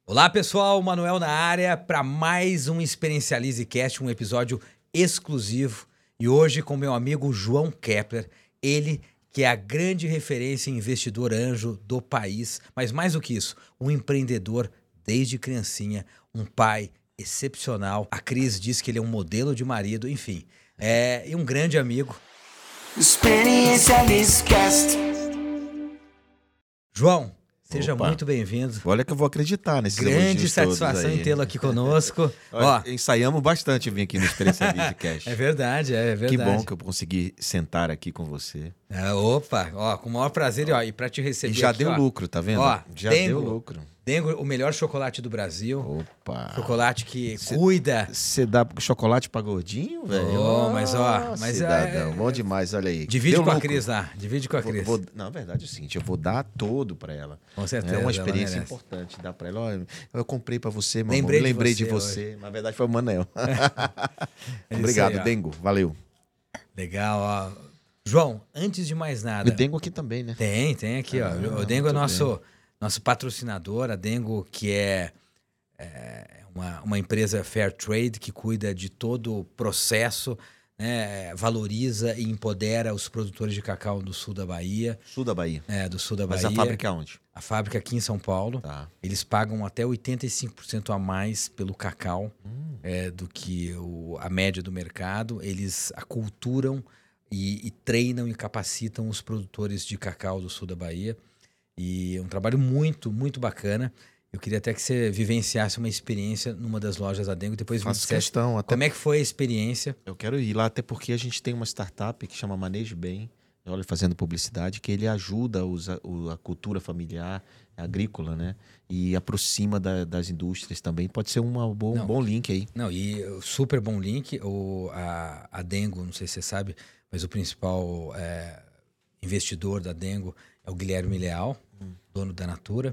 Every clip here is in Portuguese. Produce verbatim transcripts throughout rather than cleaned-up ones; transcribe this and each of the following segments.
Olá pessoal, Manuel na área para mais um Experiencialize Cast, um episódio exclusivo. E hoje com meu amigo João Kepler, ele que é a grande referência em investidor anjo do país, mas mais do que isso, um empreendedor desde criancinha, um pai excepcional. A Cris diz que ele é um modelo de marido, enfim, é e um grande amigo. Experiencialize Cast. João, seja Opa. muito bem-vindo. Olha que eu vou acreditar nesses Grande elogios satisfação todos aí. em tê-lo aqui conosco. Olha, Ó, ensaiamos bastante vir aqui no Experiencialize Cast. é verdade, é verdade. Que bom que eu consegui sentar aqui com você. É, opa, ó, com o maior prazer. E, ó, e pra te receber E já aqui, deu ó, lucro, tá vendo? Ó, já Dengo. deu lucro. Dengo, o melhor chocolate do Brasil. Opa. Chocolate que Cê- cuida. Você dá chocolate pra gordinho, velho? Oh, mas, ó, mas cidadão, é- bom demais, olha aí. Divide Deu com a lucro. Cris lá. Divide com a Vou- Cris. vou- não, a verdade é o seguinte, eu vou dar todo pra ela. Com certeza. É uma ela experiência merece. importante dar pra ela. Olha, eu comprei pra você, meu Lembrei amor. de Lembrei você de você. Na verdade foi o Manel. Obrigado, aí, ó. Dengo. Valeu. Legal, ó. João, antes de mais nada. E Dengo aqui também, né? Tem, tem aqui, Ah, ó. O Dengo é muito nosso, nosso patrocinador. A Dengo, que é, é uma, uma empresa fair trade que cuida de todo o processo, né, valoriza e empodera os produtores de cacau do sul da Bahia. Sul da Bahia. É, do sul da Mas Bahia. a fábrica é onde? A fábrica aqui em São Paulo. Tá. Eles pagam até oitenta e cinco por cento a mais pelo cacau Hum. é, do que o, a média do mercado. Eles aculturam e, e treinam e capacitam os produtores de cacau do sul da Bahia. E é um trabalho muito, muito bacana. Eu queria até que você vivenciasse uma experiência numa das lojas da Dengo. Depois me Faço dissesse questão. Até como é que foi a experiência. Eu quero ir lá, até porque a gente tem uma startup que chama Maneje Bem, olha, fazendo publicidade, que ele ajuda os, a, o- a cultura familiar, agrícola, né? E aproxima da- das indústrias também. Pode ser uma boa- um Não. bom link aí. Não, e uh, super bom link. O, a, a Dengo, não sei se você sabe, mas o principal é, investidor da Dengo é o Guilherme Leal, dono da Natura.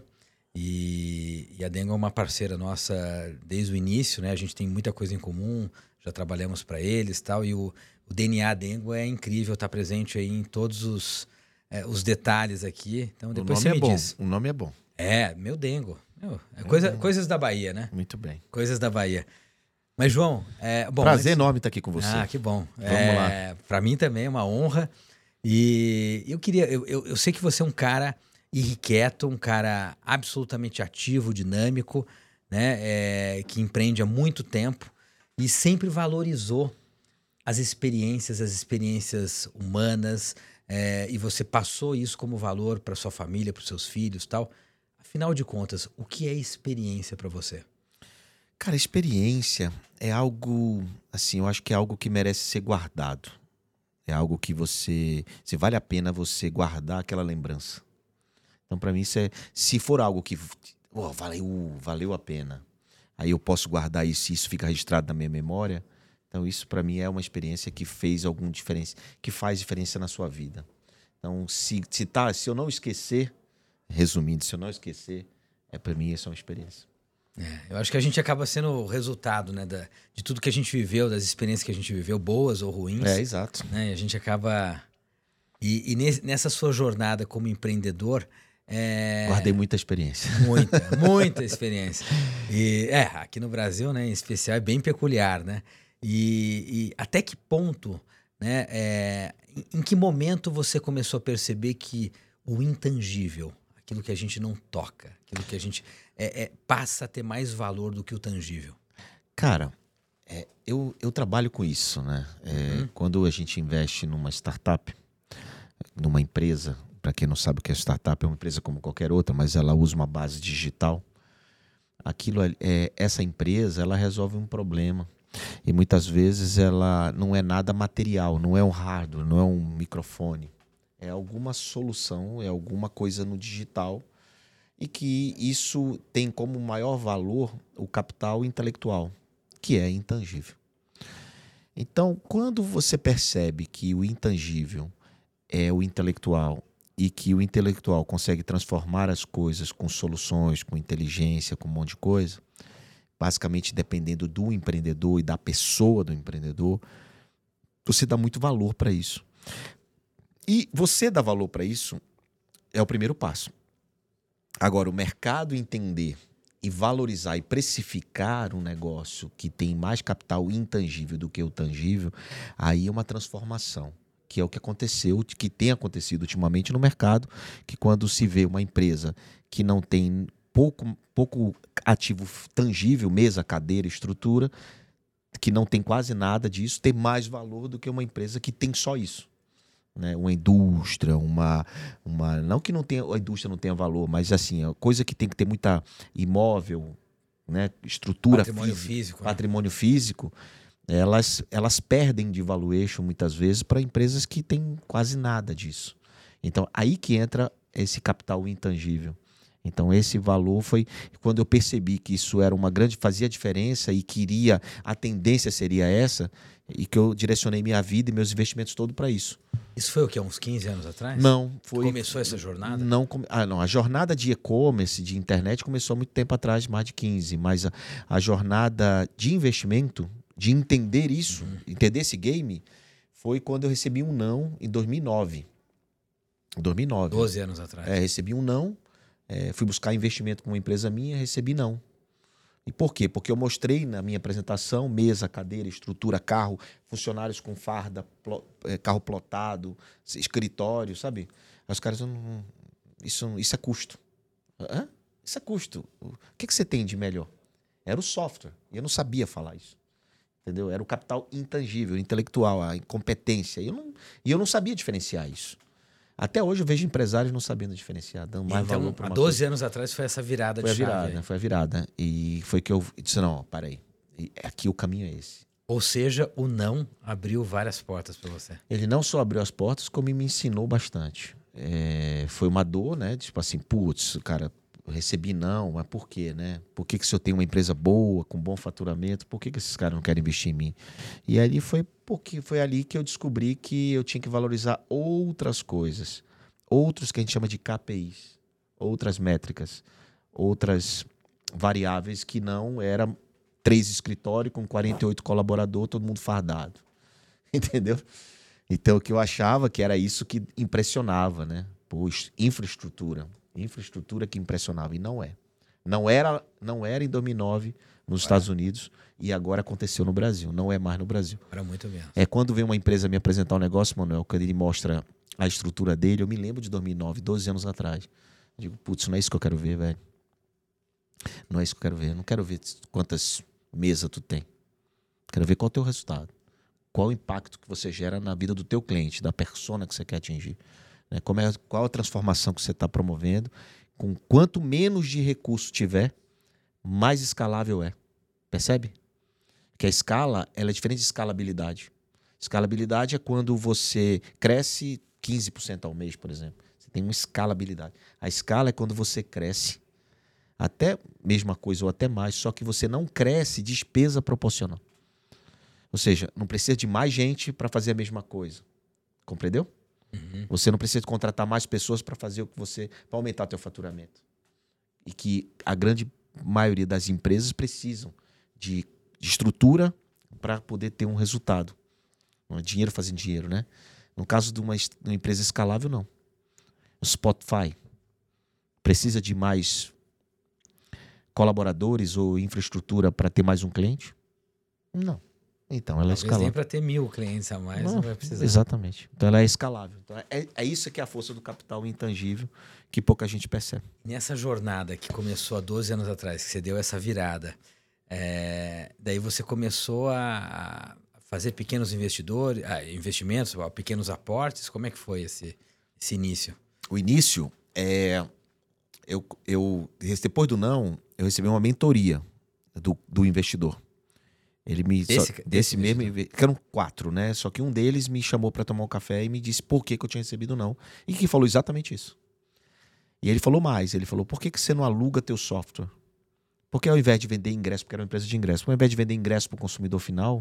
E, e a Dengo é uma parceira nossa desde o início, né? A gente tem muita coisa em comum, já trabalhamos para eles e tal. E o, o D N A Dengo é incrível, tá presente aí em todos os, é, os detalhes aqui. Então O depois nome você é me bom. diz. O nome é bom. É, meu Dengo. Meu, é coisa, coisas da Bahia, né? Muito bem. Coisas da Bahia. Mas, João, é, bom, Prazer antes- enorme estar aqui com você. Ah, que bom. Vamos é, Para mim também é uma honra. E eu queria, eu, eu, eu sei que você é um cara irrequieto, um cara absolutamente ativo, dinâmico, né? É, que empreende há muito tempo e sempre valorizou as experiências, as experiências humanas. é, e você passou isso como valor para sua família, para os seus filhos, tal. Afinal de contas, o que é experiência para você? Cara, experiência é algo, assim, eu acho que é algo que merece ser guardado. É algo que você, se vale a pena você guardar aquela lembrança. Então, para mim, isso é, se for algo que oh, valeu, valeu a pena, aí eu posso guardar isso e isso fica registrado na minha memória. Então, isso para mim é uma experiência que fez alguma diferença, que faz diferença na sua vida. Então, se, se, tá, se eu não esquecer, resumindo, se eu não esquecer, é para mim isso é uma experiência. É, eu acho que a gente acaba sendo o resultado, né, da, de tudo que a gente viveu, das experiências que a gente viveu, boas ou ruins. É, exato. Né, e a gente acaba... E, e nesse- nessa sua jornada como empreendedor... É, Guardei muita experiência. muita, muita experiência. E, é, aqui no Brasil, né, em especial, é bem peculiar, né? E, e até que ponto, né, é, em, em que momento você começou a perceber que o intangível, aquilo que a gente não toca, aquilo que a gente é, é, passa a ter mais valor do que o tangível? Cara, é, eu, eu trabalho com isso, né? É, Uhum. Quando a gente investe numa startup, numa empresa, para quem não sabe o que é startup, é uma empresa como qualquer outra, mas ela usa uma base digital. Aquilo é, é- essa empresa, ela resolve um problema. E muitas vezes ela não é nada material, não é um hardware, não é um microfone. É alguma solução, é alguma coisa no digital e que isso tem como maior valor o capital intelectual, que é intangível. Então, quando você percebe que o intangível é o intelectual e que o intelectual consegue transformar as coisas com soluções, com inteligência, com um monte de coisa, basicamente dependendo do empreendedor e da pessoa do empreendedor, você dá muito valor para isso. E você dá valor para isso é o primeiro passo. Agora, o mercado entender e valorizar e precificar um negócio que tem mais capital intangível do que o tangível, aí é uma transformação, que é o que aconteceu, que tem acontecido ultimamente no mercado, que quando se vê uma empresa que não tem pouco, pouco ativo tangível, mesa, cadeira, estrutura, que não tem quase nada disso, tem mais valor do que uma empresa que tem só isso. Né, uma indústria, uma, uma. Não que não tenha, a indústria não tenha valor, mas assim, a coisa que tem que ter muita imóvel, né, estrutura patrimônio física, físico, patrimônio né? físico, elas, elas perdem de valuation muitas vezes para empresas que têm quase nada disso. Então, aí que entra esse capital intangível. Então, esse valor foi quando eu percebi que isso era uma grande, fazia diferença e queria, a tendência seria essa, e que eu direcionei minha vida e meus investimentos todos para isso. Isso foi o quê? Uns quinze anos atrás? Não, foi. Começou essa jornada? Não, ah, não. A jornada de e-commerce, de internet, começou há muito tempo atrás, mais de quinze. Mas a, a jornada de investimento, de entender isso, uhum. entender esse game, foi quando eu recebi um não em dois mil e nove. dois mil e nove. doze anos atrás. É, recebi um não, é, fui buscar investimento com uma empresa minha, recebi não. E por quê? Porque eu mostrei na minha apresentação mesa, cadeira, estrutura, carro, funcionários com farda, plo, é, carro plotado, escritório, sabe? Aí os caras, não, isso, isso é custo. Hã? Isso é custo. O que, que você tem de melhor? Era o software. E eu não sabia falar isso. Entendeu? Era o capital intangível, intelectual, a incompetência. E eu não, e eu não sabia diferenciar isso. Até hoje eu vejo empresários não sabendo diferenciar, dando mais então, valor para uma há doze coisa. anos atrás foi essa virada foi de a virada, chave. Foi a virada. E foi que eu disse, não, para aí. Aqui o caminho é esse. Ou seja, o não abriu várias portas para você. Ele não só abriu as portas, como me ensinou bastante. É, foi uma dor, né? Tipo assim, putz, cara, eu recebi não, mas por quê, né? Por que, que se eu tenho uma empresa boa, com bom faturamento, por que, que esses caras não querem investir em mim? E ali foi, porque foi ali que eu descobri que eu tinha que valorizar outras coisas. Outros que a gente chama de K P Is. Outras métricas. Outras variáveis que não eram três escritórios com quarenta e oito colaboradores, todo mundo fardado. Entendeu? Então, o que eu achava que era isso que impressionava, né? Poxa, infraestrutura. Infraestrutura que impressionava. E não é. Não era, não era em dois mil e nove nos é. Estados Unidos e agora aconteceu no Brasil. Não é mais no Brasil. Era muito mesmo. É quando vem uma empresa me apresentar um negócio, Manuel, quando ele mostra a estrutura dele, eu me lembro de dois mil e nove, doze anos atrás. Eu digo, putz, não é isso que eu quero ver, velho. Não é isso que eu quero ver. Eu não quero ver quantas mesas tu tem. Quero ver qual é o teu resultado. Qual o impacto que você gera na vida do teu cliente, da persona que você quer atingir. Né? Como é, qual a transformação que você está promovendo. Com quanto menos de recurso tiver, mais escalável é. Percebe? Porque a escala, ela é diferente de escalabilidade. Escalabilidade é quando você cresce quinze por cento ao mês, por exemplo. Você tem uma escalabilidade. A escala é quando você cresce até mesma coisa ou até mais, só que você não cresce despesa proporcional. Ou seja, não precisa de mais gente para fazer a mesma coisa. Compreendeu? Uhum. Você não precisa contratar mais pessoas para fazer o que você, para aumentar teu faturamento. E que a grande maioria das empresas precisam de, de estrutura para poder ter um resultado. Não é dinheiro fazendo dinheiro, né? No caso de uma, uma empresa escalável, não. O Spotify precisa de mais colaboradores ou infraestrutura para ter mais um cliente? Não. Então ela é escalável. Nem para ter mil clientes a mais não, não vai precisar. Exatamente. Então ela é escalável. Então é, é isso que é a força do capital intangível que pouca gente percebe. Nessa jornada que começou há doze anos atrás, que você deu essa virada, é, daí você começou a fazer pequenos investidores, ah, investimentos, pequenos aportes. Como é que foi esse, esse início? O início é eu, eu depois do não eu recebi uma mentoria do, do investidor. Ele me desse, só, desse, desse mesmo, que eram quatro, né? Só que um deles me chamou para tomar um café e me disse por que, que eu tinha recebido não. E que falou exatamente isso. E ele falou mais, ele falou, por que, que você não aluga teu software? Porque ao invés de vender ingresso, porque era uma empresa de ingresso, ao invés de vender ingresso para o consumidor final,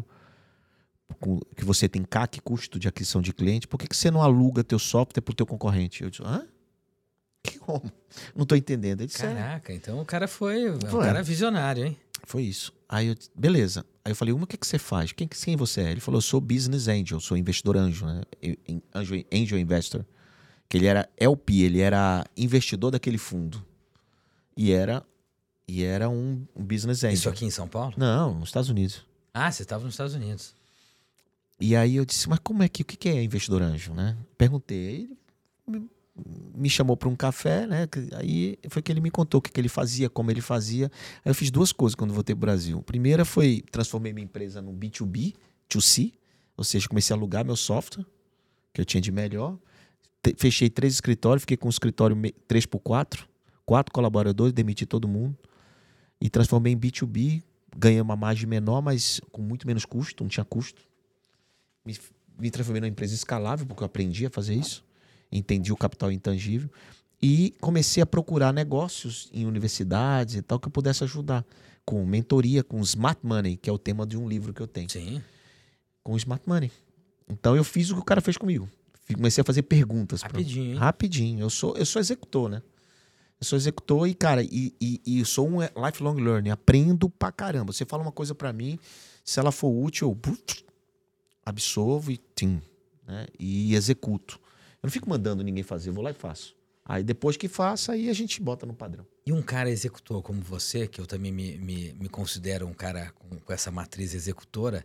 que você tem C A C, custo de aquisição de cliente, por que, que você não aluga teu software para o teu concorrente? Eu disse, hã? Que como? Não estou entendendo. Ele disse, caraca, é. Então o cara foi um foi. cara visionário, hein? Foi isso. Aí eu, beleza. Aí eu falei, uma, o que, que você faz? Quem, quem você é? Ele falou, eu sou business angel, sou investidor anjo, né? Angel, angel investor. Que ele era L P, ele era investidor daquele fundo. E era E era um, um business angel. Isso aqui em São Paulo? Não, nos Estados Unidos. Ah, você estava nos Estados Unidos. E aí eu disse, mas como é que, o que é investidor anjo, né? Perguntei. Aí ele me, me chamou para um café, né? Aí foi que ele me contou o que, que ele fazia, como ele fazia. Aí eu fiz duas coisas quando voltei para o Brasil. A primeira foi, transformei minha empresa no B dois B, dois C, ou seja, comecei a alugar meu software, que eu tinha de melhor. Fechei três escritórios, fiquei com um escritório três por quatro, quatro colaboradores, demiti todo mundo. E transformei em B dois B, ganhei uma margem menor, mas com muito menos custo, não tinha custo. Me, me transformei numa empresa escalável, porque eu aprendi a fazer isso. Entendi o capital intangível. E comecei a procurar negócios em universidades e tal, que eu pudesse ajudar. Com mentoria, com Smart Money, que é o tema de um livro que eu tenho. Sim. Com Smart Money. Então eu fiz o que o cara fez comigo. Comecei a fazer perguntas. Rapidinho, hein? Rapidinho. Eu sou, eu sou executor, né? Eu sou executor e, cara, e, e, e eu sou um lifelong learner. Aprendo pra caramba. Você fala uma coisa pra mim, se ela for útil, eu absorvo e, tim, né? E executo. Eu não fico mandando ninguém fazer, eu vou lá e faço. Aí depois que faça, aí a gente bota no padrão. E um cara executor como você, que eu também me, me, me considero um cara com, com essa matriz executora,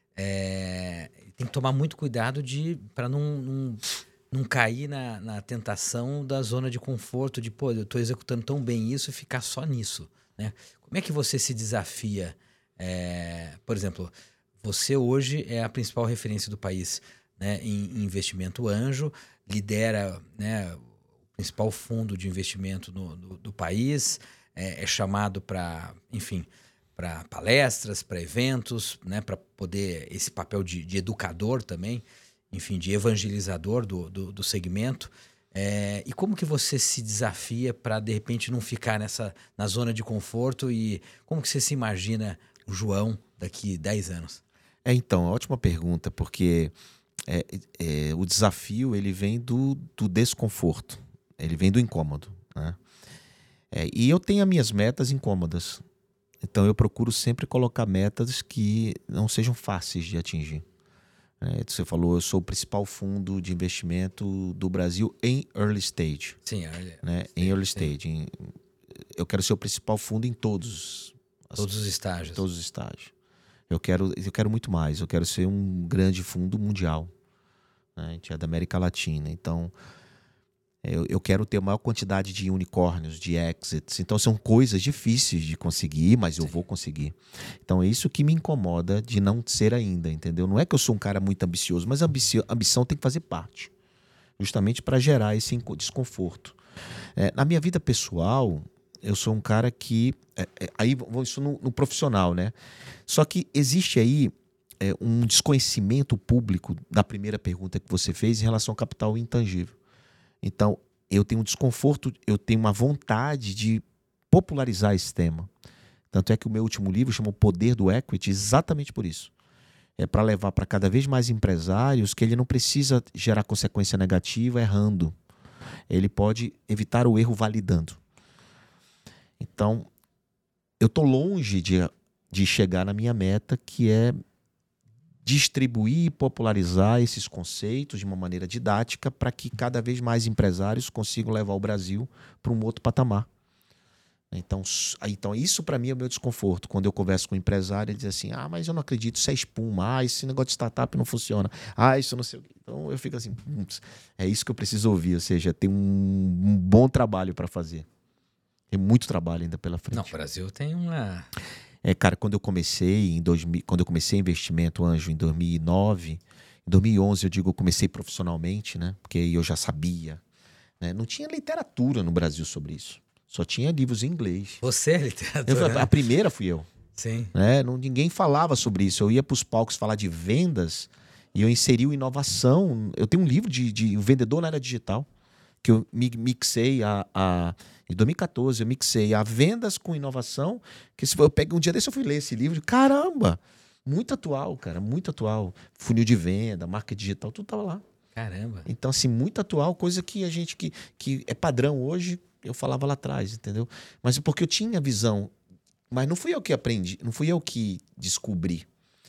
é, tem que tomar muito cuidado de para não, não, não cair na, na tentação da zona de conforto, de, pô, eu estou executando tão bem isso e ficar só nisso, né? Como é que você se desafia? É, por exemplo, você hoje é a principal referência do país, né, em, em investimento anjo, lidera, né, o principal fundo de investimento no, do, do país, é, é chamado para, enfim, para palestras, para eventos, né, para poder esse papel de, de educador também, enfim, de evangelizador do, do, do segmento. É, e como que você se desafia para, de repente, não ficar nessa, na zona de conforto e como que você se imagina o João daqui dez anos? É, então, ótima pergunta, porque é, é, o desafio ele vem do, do desconforto, ele vem do incômodo, né? É, e eu tenho as minhas metas incômodas, então eu procuro sempre colocar metas que não sejam fáceis de atingir. É, você falou, eu sou o principal fundo de investimento do Brasil em early stage. Sim, early, né? stage, Em early sim. stage. Em, eu quero ser o principal fundo em todos, Todos os estágios. todos os estágios. Eu quero, eu quero muito mais. Eu quero ser um grande fundo mundial. Né? A gente é da América Latina. Então, eu, eu quero ter a maior quantidade de unicórnios, de exits. Então, são coisas difíceis de conseguir, mas eu Sim. vou conseguir. Então, é isso que me incomoda de não ser ainda, entendeu? Não é que eu sou um cara muito ambicioso, mas a ambici- a ambição tem que fazer parte. Justamente para gerar esse inco- desconforto. É, na minha vida pessoal, eu sou um cara que... É, é, aí vamos isso no, no profissional, né? Só que existe aí é, um desconhecimento público da primeira pergunta que você fez em relação ao capital intangível. Então, eu tenho um desconforto, eu tenho uma vontade de popularizar esse tema. Tanto é que o meu último livro chama O Poder do Equity exatamente por isso. É para levar para cada vez mais empresários que ele não precisa gerar consequência negativa errando. Ele pode evitar o erro validando. Então, eu estou longe de, de chegar na minha meta, que é distribuir e popularizar esses conceitos de uma maneira didática para que cada vez mais empresários consigam levar o Brasil para um outro patamar. Então, então isso para mim é o meu desconforto. Quando eu converso com um empresário, ele diz assim, ah, mas eu não acredito, isso é espuma, ah, esse negócio de startup não funciona, ah, isso não sei o quê. Então eu fico assim, é isso que eu preciso ouvir, ou seja, tem um, um bom trabalho para fazer. Tem muito trabalho ainda pela frente. Não, o Brasil tem uma... É, cara, quando eu comecei em dois mil, quando eu comecei investimento anjo em dois mil e nove, em dois mil e onze eu digo eu comecei profissionalmente, né? Porque eu já sabia, né? Não tinha literatura no Brasil sobre isso. Só tinha livros em inglês. Você é literatura, Eu, né? a primeira fui eu. Sim. Né? Não, ninguém falava sobre isso. Eu ia para os palcos falar de vendas e eu inseri o inovação. Eu tenho um livro de, de O Vendedor na Era Digital, que eu mixei a, a, em dois mil e quatorze, eu mixei a vendas com inovação, que se eu peguei um dia desse eu fui ler esse livro, caramba, muito atual, cara, muito atual. Funil de venda, marca digital, tudo tava lá. Caramba. Então, assim, muito atual, coisa que a gente, que, que é padrão hoje, eu falava lá atrás, entendeu? Mas porque eu tinha visão, mas não fui eu que aprendi, não fui eu que descobri.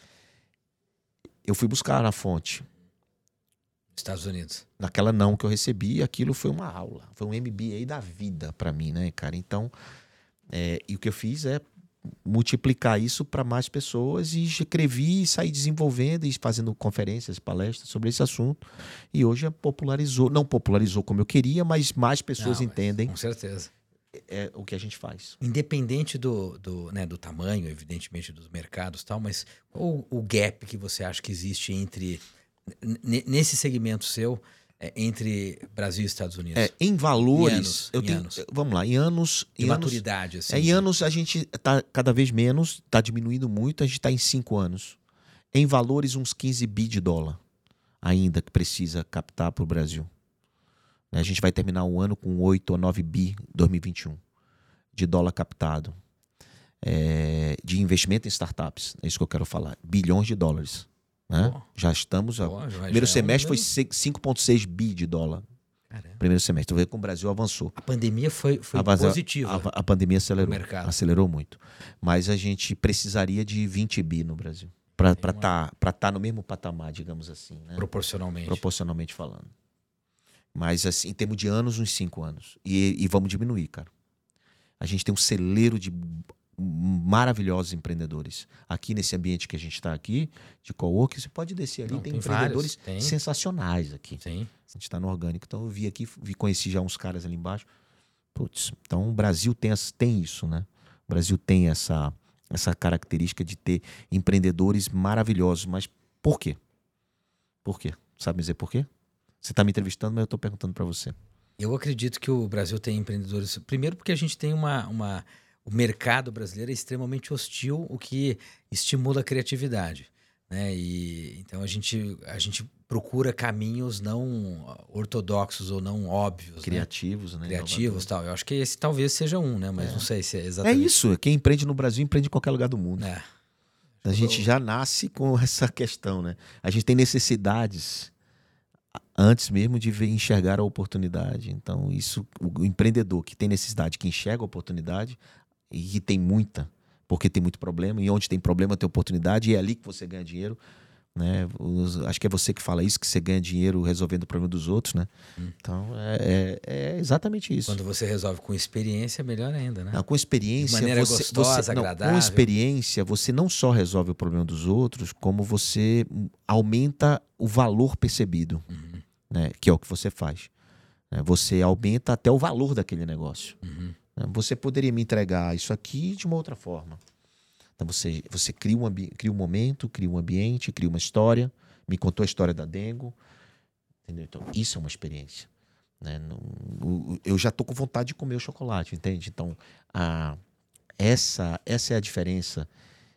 Eu fui buscar na fonte. Estados Unidos. Naquela não que eu recebi, aquilo foi uma aula, foi um M B A da vida para mim, né, cara? Então, É, e o que eu fiz é multiplicar isso para mais pessoas e escrevi e saí desenvolvendo e fazendo conferências, palestras sobre esse assunto. E hoje popularizou, não popularizou como eu queria, mas mais pessoas Não, mas entendem com certeza. é, o que a gente faz. Independente do, do, né, do tamanho, evidentemente, dos mercados e tal, mas qual o gap que você acha que existe entre, n- nesse segmento seu, é, entre Brasil e Estados Unidos? É, em valores, Em anos, eu em tenho, anos. vamos lá, em anos, De em anos, maturidade, assim. é, em de- anos a gente está cada vez menos, está diminuindo muito, a gente está em cinco anos. Em valores, uns quinze bi de dólar ainda que precisa captar para o Brasil. A gente vai terminar o ano com oito ou nove bi em dois mil e vinte e um de dólar captado. É, de investimento em startups, é isso que eu quero falar. Bilhões de dólares. Né? Pô. Já estamos. A, Pô, já- primeiro já é um semestre foi número- cinco vírgula seis bi de dólar. Caramba. Primeiro semestre. Vê como o Brasil avançou. A pandemia foi, foi A vaza- positiva. A, a pandemia acelerou. no mercado. Acelerou muito. Mas a gente precisaria de vinte bi no Brasil. Para Tem estar uma- tá no mesmo patamar, digamos assim. Né? Proporcionalmente. Proporcionalmente falando. Mas assim, em termos de anos, uns cinco anos. E, e vamos diminuir, cara. A gente tem um celeiro de maravilhosos empreendedores. Aqui nesse ambiente que a gente está aqui, de coworking, você pode descer ali, Não, tem, tem empreendedores vários, tem. sensacionais aqui. Sim. A gente está no orgânico, então eu vi aqui, vi, conheci já uns caras ali embaixo. Putz, então o Brasil tem, as- tem isso, né? O Brasil tem essa, essa característica de ter empreendedores maravilhosos. Mas por quê? Por quê? Sabe me dizer por quê? Você está me entrevistando, mas eu estou perguntando para você. Eu acredito que o Brasil tem empreendedores. Primeiro, porque a gente tem uma, uma. O mercado brasileiro é extremamente hostil, o que estimula a criatividade. Né? E, então a gente, a gente procura caminhos não ortodoxos ou não óbvios. Criativos, né? né? Criativos Inovadores. e tal. Eu acho que esse talvez seja um, né? Mas É. não sei se é É exatamente. isso. Quem empreende no Brasil empreende em qualquer lugar do mundo. É. A gente já nasce com essa questão, né? A gente tem necessidades antes mesmo de ver, enxergar a oportunidade. Então, isso, o empreendedor que tem necessidade, que enxerga a oportunidade, e que tem muita, porque tem muito problema, e onde tem problema tem oportunidade, e é ali que você ganha dinheiro. Né? Os- acho que é você que fala isso, que você ganha dinheiro resolvendo o problema dos outros, né? Hum. Então, é, é, é exatamente isso. Quando você resolve com experiência, melhor ainda, né? Não, com experiência, De maneira você, gostosa, você- não, agradável. com experiência, você não só resolve o problema dos outros, como você aumenta o valor percebido, Uhum, né? Que é o que você faz. Né? Você aumenta até o valor daquele negócio. uhum. Né? Você poderia me entregar isso aqui de uma outra forma. Então você, você cria, um ambi- cria um momento, cria um ambiente, cria uma história. Me contou a história da Dengo. Entendeu? Então, isso é uma experiência. Né? Não- o- eu já estou com vontade de comer o chocolate, entende? Então, a, essa, essa é a diferença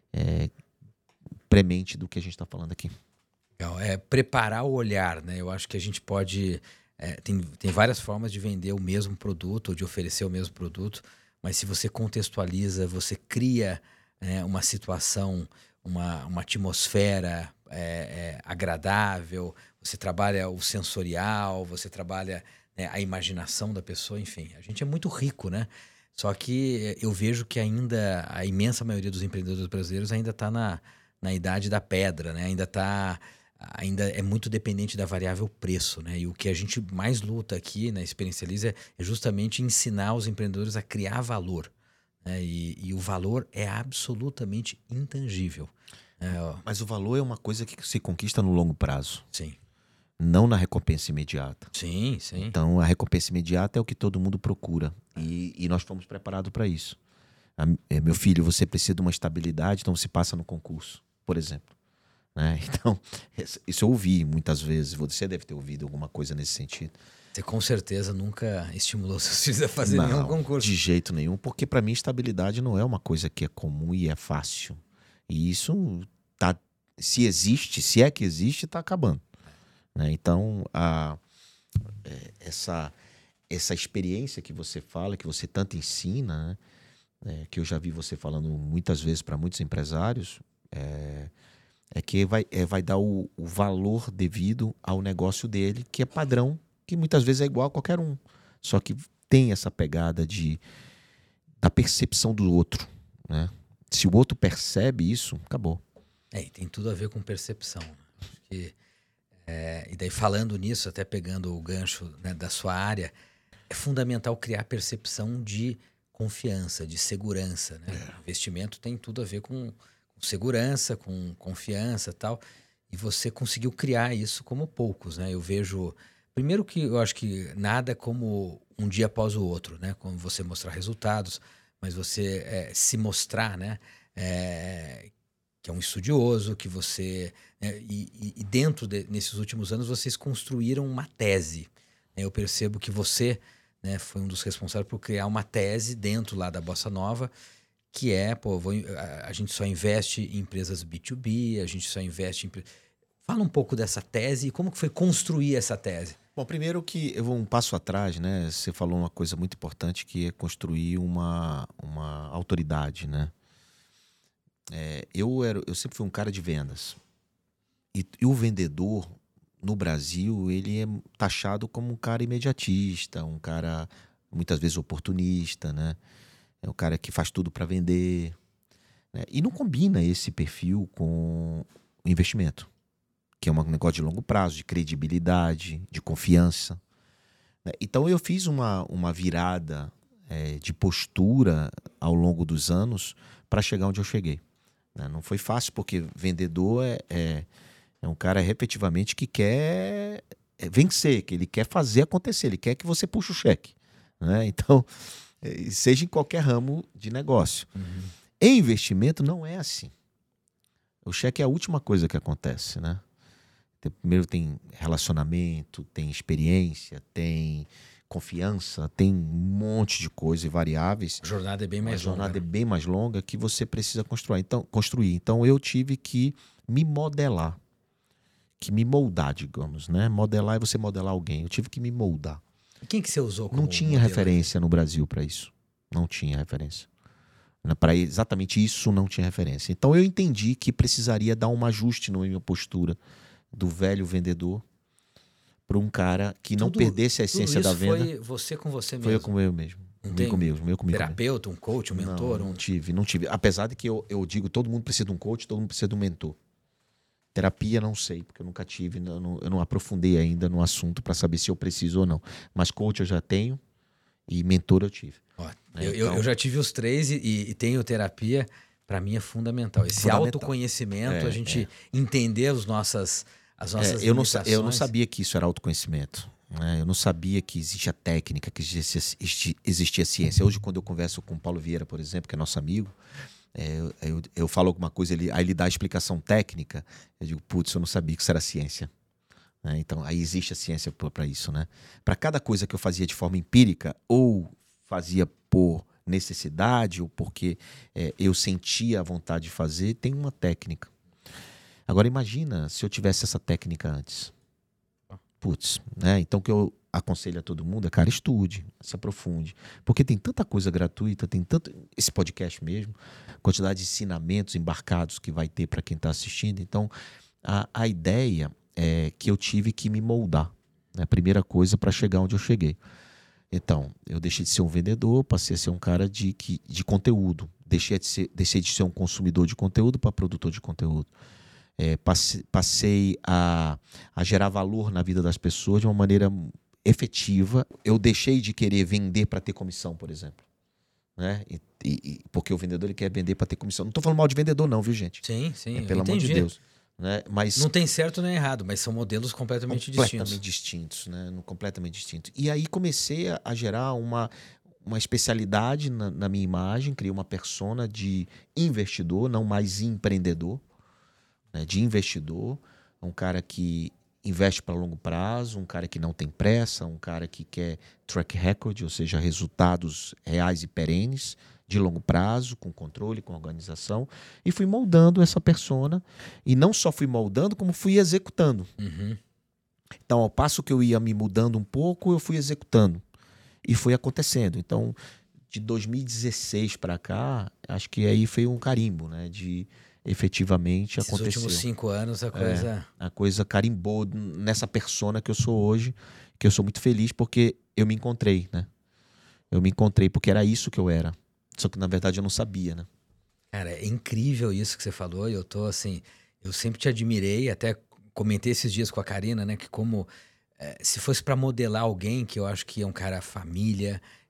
é, premente do que a gente está falando aqui. Legal. É preparar o olhar, né? Eu acho que a gente pode. é, tem, tem várias formas de vender o mesmo produto ou de oferecer o mesmo produto, mas se você contextualiza, você cria é, uma situação, uma, uma atmosfera é, é, agradável, você trabalha o sensorial, você trabalha né, a imaginação da pessoa, enfim. A gente é muito rico, né? Só que eu vejo que ainda a imensa maioria dos empreendedores brasileiros ainda está na, na idade da pedra, né? Ainda está ainda é muito dependente da variável preço, né? E o que a gente mais luta aqui na Experiencializa é, é justamente ensinar os empreendedores a criar valor, né? E, e o valor é absolutamente intangível. É, ó, Mas o valor é uma coisa que se conquista no longo prazo, sim, não na recompensa imediata. sim, sim. Então, a recompensa imediata é o que todo mundo procura. E, e nós fomos preparados para isso. A- é, meu filho, você precisa de uma estabilidade, então você passa no concurso, por exemplo. Né? Então, esse- isso eu ouvi muitas vezes. Você deve ter ouvido alguma coisa nesse sentido. Você com certeza nunca estimulou seus filhos a fazer nenhum Não, concurso. de jeito nenhum, porque para mim estabilidade não é uma coisa que é comum e é fácil. E isso tá, se existe, se é que existe, está acabando. Né? Então, a, é, essa, essa experiência que você fala, que você tanto ensina, né? É, que eu já vi você falando muitas vezes para muitos empresários, é, é que vai, é, vai dar o, o valor devido ao negócio dele, que é padrão, que muitas vezes é igual a qualquer um. Só que tem essa pegada de, da percepção do outro. Né? Se o outro percebe isso, acabou. É, e tem tudo a ver com percepção. Né? Acho que, é, e daí falando nisso, até pegando o gancho né, da sua área, é fundamental criar percepção de confiança, de segurança, né? É. Investimento tem tudo a ver com, com segurança, com confiança e tal. E você conseguiu criar isso como poucos, né? Eu vejo... Primeiro que eu acho que nada como um dia após o outro, né? Como você mostrar resultados, mas você é, se mostrar, né? É, que é um estudioso, que você... É, e, e dentro de, nesses últimos anos, vocês construíram uma tese. Né? Eu percebo que você, né, foi um dos responsáveis por criar uma tese dentro lá da Bossa Nova, que é, pô, vou, a, a gente só investe em empresas B dois B, a gente só investe em... Fala um pouco dessa tese e como que foi construir essa tese. Bom, primeiro que eu vou um passo atrás, né? Você falou uma coisa muito importante que é construir uma, uma autoridade, né? É, eu, era, eu sempre fui um cara de vendas. E, e o vendedor, no Brasil, ele é taxado como um cara imediatista, um cara, muitas vezes, oportunista, né? É um cara que faz tudo para vender. Né? E não combina esse perfil com o investimento, que é um negócio de longo prazo, de credibilidade, de confiança. Né? Então eu fiz uma, uma virada é, de postura ao longo dos anos para chegar onde eu cheguei. Né? Não foi fácil, porque vendedor é, é, é um cara efetivamente que quer vencer, que ele quer fazer acontecer, ele quer que você puxe o cheque. Né? Então, seja em qualquer ramo de negócio. Uhum. Em investimento não é assim. O cheque é a última coisa que acontece, né? Primeiro tem relacionamento, tem experiência, tem confiança, tem um monte de coisas e variáveis. A jornada é bem mais longa. A jornada é bem mais longa que você precisa construir. Então, construir. Então eu tive que me modelar, que me moldar, digamos, né? Modelar é você modelar alguém. Eu tive que me moldar. E quem que você usou como Não tinha modelo referência aqui no Brasil para isso. Não tinha referência. Para exatamente isso não tinha referência. Então eu entendi que precisaria dar um ajuste na minha postura do velho vendedor para um cara que não Tudo- perdesse a essência Tudo da isso venda. foi você com você mesmo. Foi eu com eu mesmo. Não Comigo tem mesmo. Eu comigo mesmo. terapeuta, um coach, um mentor, Não, não um... tive, não tive. Apesar de que eu, eu digo, todo mundo precisa de um coach, todo mundo precisa de um mentor. Terapia não sei, porque eu nunca tive, eu não, eu não aprofundei ainda no assunto para saber se eu preciso ou não. Mas coach eu já tenho e mentor eu tive. Ó, É, eu, eu- então- eu já tive os três e, e- e tenho terapia. Para mim é fundamental. Esse Fundamental. autoconhecimento, É, a gente entender as nossas, as nossas É, eu, não, sa- limitações. eu não sabia que isso era autoconhecimento. Né? Eu não sabia que existia técnica, que existia, existia, existia ciência. Hoje, quando eu converso com o Paulo Vieira, por exemplo, que é nosso amigo, é, eu, eu, eu falo alguma coisa, ele, aí ele dá a explicação técnica, eu digo, putz, eu não sabia que isso era ciência. Né? Então, aí existe a ciência para isso. Né? Para cada coisa que eu fazia de forma empírica, ou fazia por necessidade, ou porque é, eu sentia a vontade de fazer, tem uma técnica. Agora imagina se eu tivesse essa técnica antes. Putz, né? Então o que eu aconselho a todo mundo é, cara, estude, se aprofunde. Porque tem tanta coisa gratuita, tem tanto... Esse podcast mesmo, quantidade de ensinamentos embarcados que vai ter para quem está assistindo. Então, a, a ideia é que eu tive que me moldar. Né? A primeira coisa para chegar onde eu cheguei. Então, eu deixei de ser um vendedor, passei a ser um cara de, que, de conteúdo. Deixei de ser, deixei de ser um consumidor de conteúdo para produtor de conteúdo. É, passei passei a, a gerar valor na vida das pessoas de uma maneira efetiva. Eu deixei de querer vender para ter comissão, por exemplo. Né? E, e, porque o vendedor ele quer vender para ter comissão. Não estou falando mal de vendedor não, viu, gente? Sim, sim. É, eu pelo amor de entendi. Deus. Né? Mas Não tem certo nem errado, mas são modelos completamente, completamente distintos. distintos, né? Completamente distintos. E aí comecei a, a gerar uma, uma especialidade na, na minha imagem, criei uma persona de investidor, não mais empreendedor, né? De investidor, um cara que investe para longo prazo, um cara que não tem pressa, um cara que quer track record, ou seja, resultados reais e perenes, de longo prazo, com controle, com organização, e fui moldando essa persona, e não só fui moldando, como fui executando. Uhum. Então, ao passo que eu ia me mudando um pouco, eu fui executando, e foi acontecendo. Então, de dois mil e dezesseis para cá, acho que aí foi um carimbo, né, de efetivamente Esses aconteceu. últimos cinco anos a coisa... É, a coisa carimbou nessa persona que eu sou hoje, que eu sou muito feliz porque eu me encontrei, né? Eu me encontrei porque era isso que eu era. Só que, na verdade, eu não sabia, né? Cara, é incrível isso que você falou. E eu tô assim, eu sempre te admirei, até comentei esses dias com a Karina, né? Que como é, se fosse para modelar alguém que eu acho que é um cara família,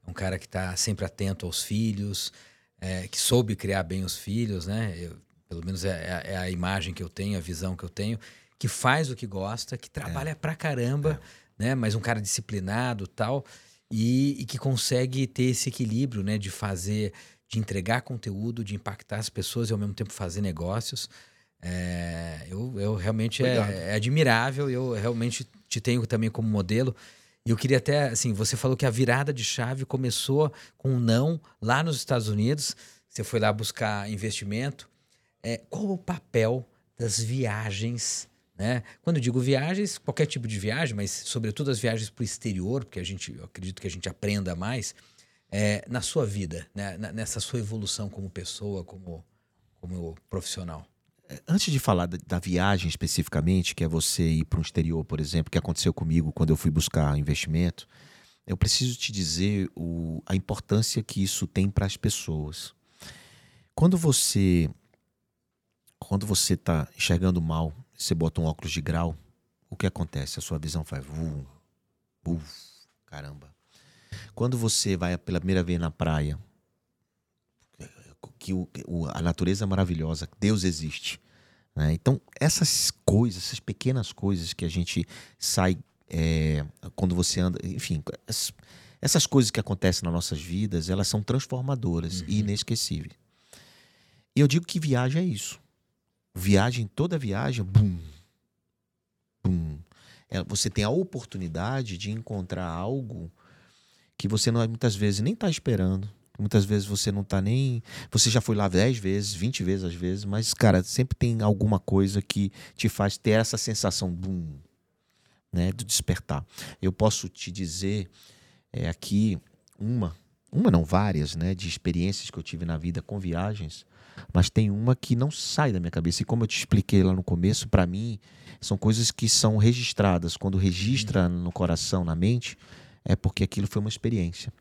um cara que está sempre atento aos filhos, é, que soube criar bem os filhos, né? Eu, pelo menos é, é a imagem que eu tenho, a visão que eu tenho, que faz o que gosta, que trabalha é. pra caramba, é. né? Mas um cara disciplinado e tal, e que consegue ter esse equilíbrio, né? De fazer, de entregar conteúdo, de impactar as pessoas e ao mesmo tempo fazer negócios. É, eu, eu realmente é, é admirável, eu realmente te tenho também como modelo. E eu queria até, assim, você falou que a virada de chave começou com um não lá nos Estados Unidos, você foi lá buscar investimento. É, qual o papel das viagens, né? Quando eu digo viagens, qualquer tipo de viagem, mas sobretudo as viagens para o exterior, porque a gente, eu acredito que a gente aprenda mais, é, na sua vida, né? Nessa sua evolução como pessoa, como, como profissional. Antes de falar da, da viagem especificamente, que é você ir para um exterior, por exemplo, que aconteceu comigo quando eu fui buscar investimento, eu preciso te dizer o, a importância que isso tem para as pessoas. Quando você quando você está enxergando mal, você bota um óculos de grau, o que acontece? A sua visão faz uh, uh, caramba. Quando você vai pela primeira vez na praia, que o, a natureza é maravilhosa, Deus existe, né? Então essas coisas, essas pequenas coisas que a gente sai é, quando você anda, enfim, essas, essas coisas que acontecem nas nossas vidas, elas são transformadoras, uhum, e inesquecíveis. E eu digo que viagem é isso. Viagem, toda viagem, bum, bum. É, você tem a oportunidade de encontrar algo que você não, muitas vezes nem está esperando. Muitas vezes você não está nem... Você já foi lá dez vezes, vinte vezes às vezes, mas, cara, sempre tem alguma coisa que te faz ter essa sensação, bum, né, do despertar. Eu posso te dizer é, aqui uma, uma não, várias, né, de experiências que eu tive na vida com viagens, mas tem uma que não sai da minha cabeça. E como eu te expliquei lá no começo, para mim, são coisas que são registradas. Quando registra no coração, na mente, é porque aquilo foi uma experiência.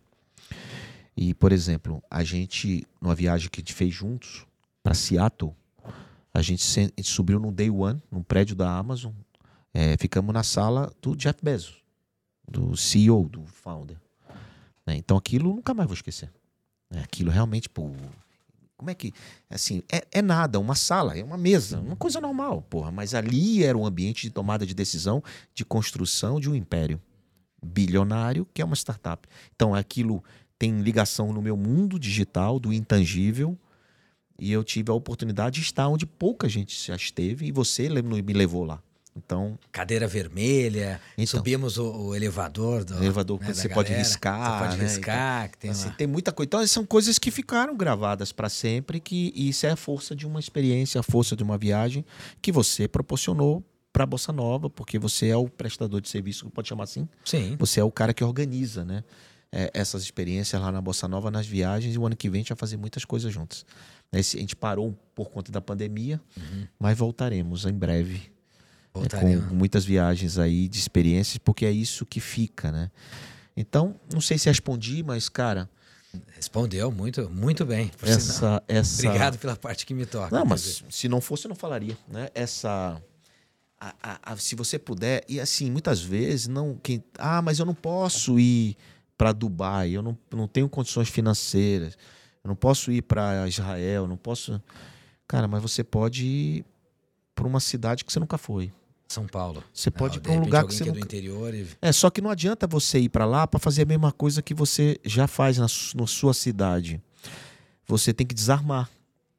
E, por exemplo, a gente, numa viagem que a gente fez juntos, para Seattle, a gente, a gente subiu no Day One, num prédio da Amazon, é, ficamos na sala do Jeff Bezos, do C E O, do founder. Né? Então aquilo nunca mais vou esquecer. É, aquilo realmente, pô... Como é que... Assim, é, é nada, uma sala, é uma mesa, uma coisa normal, porra. Mas ali era um ambiente de tomada de decisão, de construção de um império bilionário, que é uma startup. Então, aquilo tem ligação no meu mundo digital, do intangível, e eu tive a oportunidade de estar onde pouca gente já esteve, e você me levou lá. Então, cadeira vermelha, então, subimos o, o elevador. Do, elevador, né, você pode riscar. Você pode riscar. Né? Então, que tem, assim, tem muita coisa. Então, são coisas que ficaram gravadas para sempre, que isso é a força de uma experiência, a força de uma viagem que você proporcionou para a Bossa Nova, porque você é o prestador de serviço, pode chamar assim? Sim. Você é o cara que organiza, né, é, essas experiências lá na Bossa Nova, nas viagens, e o ano que vem a gente vai fazer muitas coisas juntos. Esse, a gente parou por conta da pandemia, uhum, mas voltaremos em breve. É, com muitas viagens aí de experiências, porque é isso que fica, né? Então, não sei se respondi, mas, cara... Respondeu muito, muito bem. Essa, essa... Obrigado pela parte que me toca. Não, mas dizer. Se não fosse, eu não falaria, né? Essa... A, a, a, se você puder... E assim, muitas vezes, não... Quem, ah, mas eu não posso ir para Dubai, eu não, não tenho condições financeiras, eu não posso ir para Israel, eu não posso... Cara, mas você pode ir para uma cidade que você nunca foi. São Paulo. Você pode não, ir para um lugar que você que é nunca... do interior e... É, só que não adianta você ir para lá para fazer a mesma coisa que você já faz na, na sua cidade. Você tem que desarmar.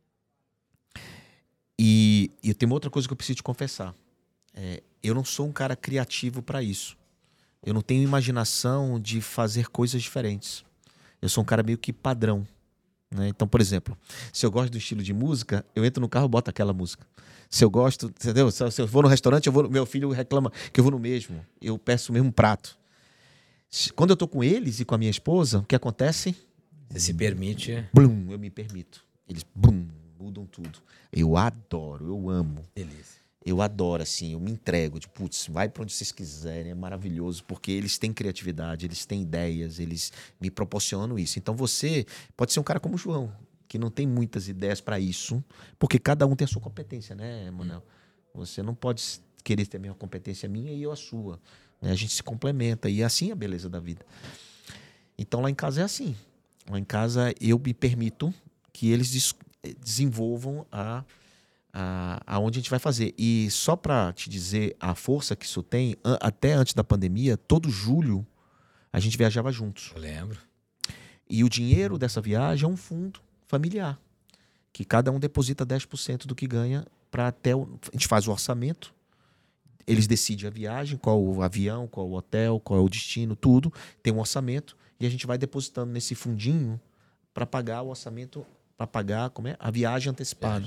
E, e tem uma outra coisa que eu preciso te confessar. É, eu não sou um cara criativo para isso. Eu não tenho imaginação de fazer coisas diferentes. Eu sou um cara meio que padrão. Né? Então, por exemplo, se eu gosto do estilo de música, eu entro no carro e boto aquela música. Se eu gosto, entendeu? Se eu vou no restaurante, eu vou, meu filho reclama que eu vou no mesmo. Eu peço o mesmo prato. Quando eu tô com eles e com a minha esposa, o que acontece? Você se permite... Blum, eu me permito. Eles blum, mudam tudo. Eu adoro, eu amo. Delícia. Eu adoro, assim, eu me entrego. Tipo, putz, vai para onde vocês quiserem, é maravilhoso, porque eles têm criatividade, eles têm ideias, eles me proporcionam isso. Então você pode ser um cara como o João, que não tem muitas ideias para isso, porque cada um tem a sua competência, né, Manuel? Você não pode querer ter a mesma competência minha e eu a sua. Né? A gente se complementa, e assim é a beleza da vida. Então lá em casa é assim. Lá em casa eu me permito que eles des desenvolvam a, a, aonde a gente vai fazer. E só para te dizer a força que isso tem, an até antes da pandemia, todo julho a gente viajava juntos. Eu lembro. E o dinheiro dessa viagem é um fundo familiar, que cada um deposita dez por cento do que ganha para até o, a gente faz o orçamento, eles decidem a viagem, qual o avião, qual o hotel, qual é o destino, tudo, tem um orçamento e a gente vai depositando nesse fundinho para pagar o orçamento, para pagar como é? A viagem antecipada.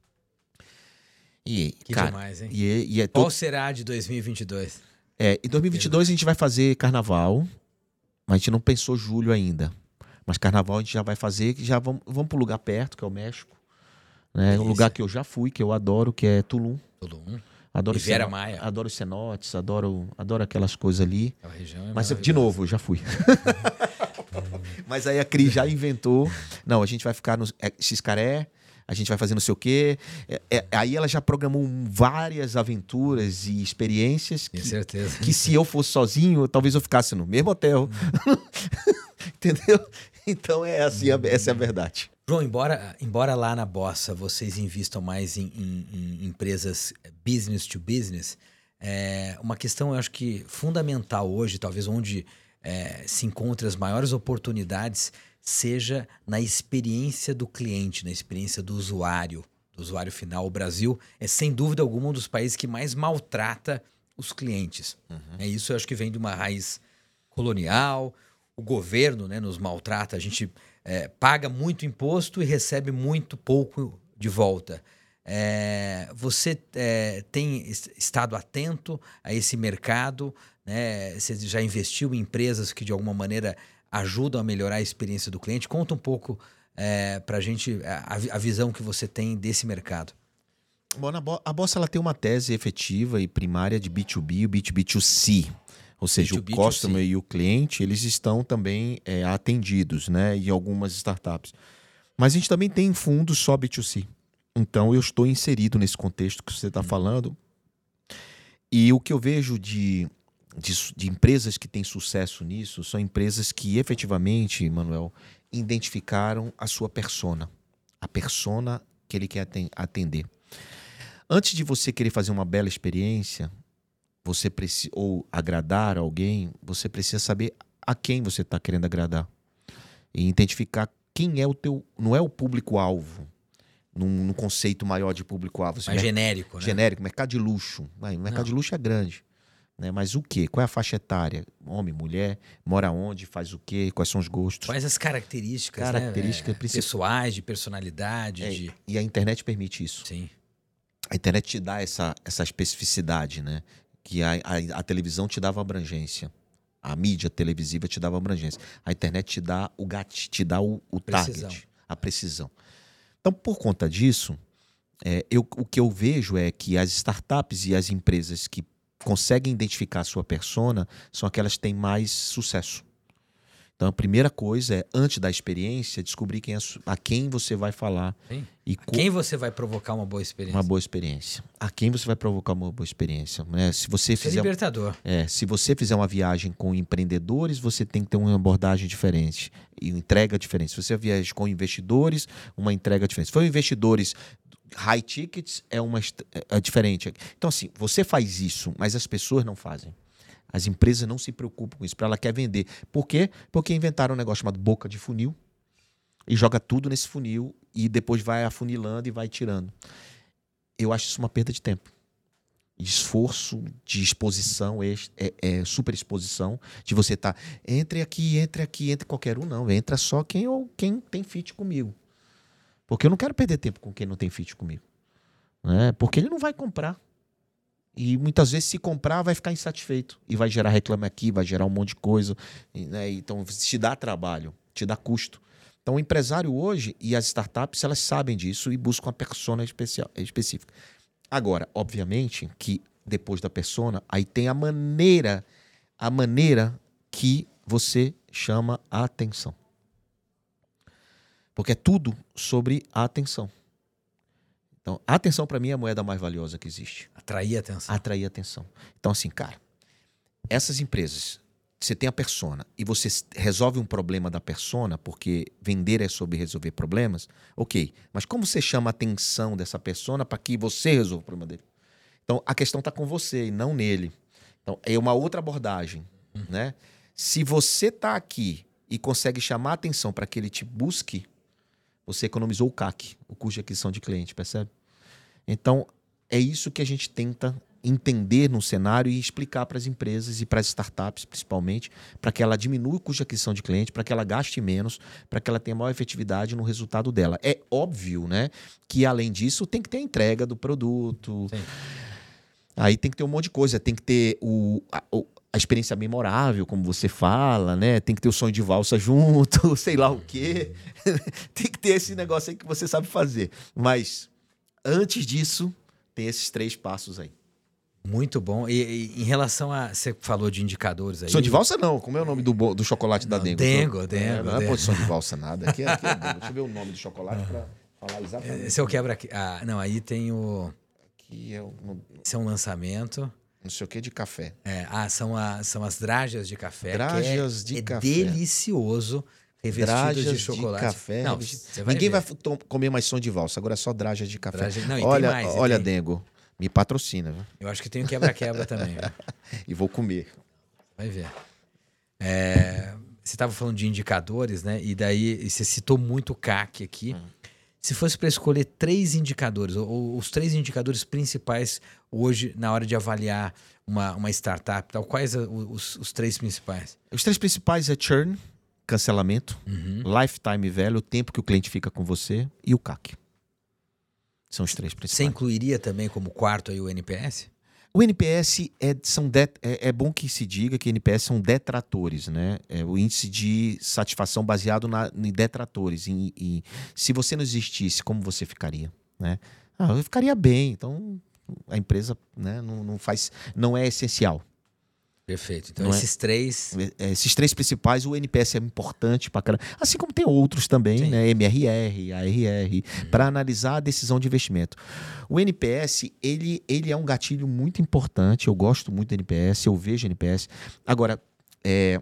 E, que cara, demais, hein? E, é, e é Qual todo... será de dois mil e vinte e dois? É, em dois mil e vinte e dois a gente vai fazer carnaval, mas a gente não pensou julho ainda. Mas carnaval a gente já vai fazer, que já vamos, vamos para um lugar perto, que é o México. Né? Um lugar que eu já fui, que eu adoro, que é Tulum. Tulum. Adoro Riviera ceno... Maia. Adoro os cenotes, adoro, adoro aquelas coisas ali. A região é Mas, de novo, eu já fui. Mas aí a Cris já inventou. Não, a gente vai ficar no é, Xcaré, a gente vai fazer não sei o quê. É, é, aí ela já programou várias aventuras e experiências. Com que, certeza. Que se eu fosse sozinho, talvez eu ficasse no mesmo hotel. Entendeu? Então é assim, essa é a verdade. João, embora, embora lá na Bossa vocês investam mais em, em, em empresas business to business, é uma questão, eu acho que fundamental hoje, talvez onde é, se encontrem as maiores oportunidades, seja na experiência do cliente, na experiência do usuário, do usuário final. O Brasil é, sem dúvida alguma, um dos países que mais maltrata os clientes. Uhum. É isso, eu acho que vem de uma raiz colonial. O governo, né, nos maltrata, a gente é, paga muito imposto e recebe muito pouco de volta. É, você é, tem estado atento a esse mercado, né? Você já investiu em empresas que de alguma maneira ajudam a melhorar a experiência do cliente? Conta um pouco é, para a gente a, a visão que você tem desse mercado. Bom, a Bossa ela tem uma tese efetiva e primária de B dois B e o B dois B dois C. Ou seja, B dois B, o customer e o cliente, eles estão também é, atendidos, né, em algumas startups. Mas a gente também tem fundos só B dois C. Então, eu estou inserido nesse contexto que você está hum. falando. E o que eu vejo de, de, de empresas que têm sucesso nisso são empresas que efetivamente, Manuel, identificaram a sua persona. A persona que ele quer atender. Antes de você querer fazer uma bela experiência... Você precisa, ou agradar alguém, você precisa saber a quem você está querendo agradar. E identificar quem é o teu... Não é o público-alvo, num, num conceito maior de público-alvo. Mais genérico, né? Genérico, mercado de luxo. O mercado Não. de luxo é grande. Né? Mas o quê? Qual é a faixa etária? Homem, mulher, mora onde, faz o quê, quais são os gostos? Quais as características, características né? pessoais, de personalidade. É, de... E a internet permite isso. Sim. A internet te dá essa, essa especificidade, né? Que a, a, a televisão te dava abrangência, a mídia televisiva te dava abrangência, a internet te dá o gatilho, te dá o, o target, a precisão. Então, por conta disso, é, eu, o que eu vejo é que as startups e as empresas que conseguem identificar a sua persona são aquelas que têm mais sucesso. Então, a primeira coisa é, antes da experiência, descobrir quem é, a quem você vai falar. Sim. E a quem você vai provocar uma boa experiência. Uma boa experiência. A quem você vai provocar uma boa experiência. Né? Se você Isso fizer, é libertador. É, se você fizer uma viagem com empreendedores, você tem que ter uma abordagem diferente e uma entrega diferente. Se você viaja com investidores, uma entrega diferente. Se for investidores high tickets, é, uma, é diferente. Então, assim, você faz isso, mas as pessoas não fazem. As empresas não se preocupam com isso, para ela quer vender. Por quê? Porque inventaram um negócio chamado boca de funil e joga tudo nesse funil e depois vai afunilando e vai tirando. Eu acho isso uma perda de tempo. De esforço, de exposição, é, é super exposição, de você estar, tá, entre aqui, entre aqui, entre qualquer um, não. Entra só quem, ou quem tem fit comigo. Porque eu não quero perder tempo com quem não tem fit comigo. Né? Porque ele não vai comprar. E muitas vezes, se comprar, vai ficar insatisfeito. E vai gerar reclame aqui, vai gerar um monte de coisa. Né? Então, te dá trabalho, te dá custo. Então, o empresário hoje e as startups, elas sabem disso e buscam a persona especial, específica. Agora, obviamente, que depois da persona, aí tem a maneira, a maneira que você chama a atenção. Porque é tudo sobre a atenção. Então, a atenção para mim é a moeda mais valiosa que existe. Atrair atenção. Atrair atenção. Então, assim, cara, essas empresas você tem a persona e você resolve um problema da persona, porque vender é sobre resolver problemas, ok. Mas como você chama a atenção dessa persona para que você resolva o problema dele? Então, a questão está com você e não nele. Então, é uma outra abordagem, uhum. né? Se você está aqui e consegue chamar a atenção para que ele te busque, você economizou o C A C, o custo de aquisição de cliente, percebe? Então, é isso que a gente tenta entender no cenário e explicar para as empresas e para as startups, principalmente, para que ela diminua o custo de aquisição de cliente, para que ela gaste menos, para que ela tenha maior efetividade no resultado dela. É óbvio, né, que, além disso, tem que ter a entrega do produto. Sim. Aí tem que ter um monte de coisa. Tem que ter o, a, a experiência memorável, como você fala, né? Tem que ter o sonho de valsa junto, sei lá o quê. Tem que ter esse negócio aí que você sabe fazer. Mas, antes disso, tem esses três passos aí. Muito bom. E, e em relação a... Você falou de indicadores aí. Som de valsa não. Como é o nome do, do chocolate não, da Dengo? Dengo, Dengo. Não é, não é som de valsa nada. Aqui é, aqui é Dengo. Deixa eu ver o nome do chocolate para falar exatamente. Esse é o quebra... Ah, não, aí tem o... Aqui é o... Esse é um lançamento. Não sei o que de café. É, ah, são, a, são as drajas de café. Drajas é, de é café. É delicioso. Revestidas drajas de chocolate. De café. Não, vai Ninguém ver. vai comer mais som de valsa. Agora é só drajas de café. Draja... Não, e olha, tem mais, olha, tem... Dengo. Me patrocina, viu? Eu acho que tem o quebra-quebra também. E vou comer. Vai ver. É, você estava falando de indicadores, né? E daí você citou muito o C A C aqui. Hum. Se fosse para escolher três indicadores, ou, ou os três indicadores principais hoje na hora de avaliar uma, uma startup, tal, quais os, os três principais? Os três principais é churn, cancelamento, uhum. lifetime value, o tempo que o cliente fica com você, e o C A C. São os três principais. Você incluiria também como quarto aí o N P S? O N P S é, são det, é, é bom que se diga que N P S são detratores, né? É o índice de satisfação baseado na, em detratores. Em, em, se você não existisse, como você ficaria? Né? Ah, eu ficaria bem. Então a empresa, né, não, não faz, não é essencial. Perfeito. Então, não esses é, três... Esses três principais, o N P S é importante para caramba. Assim como tem outros também, né? M R R, A R R, uhum. para analisar a decisão de investimento. O N P S, ele, ele é um gatilho muito importante. Eu gosto muito do N P S, eu vejo N P S. Agora, é,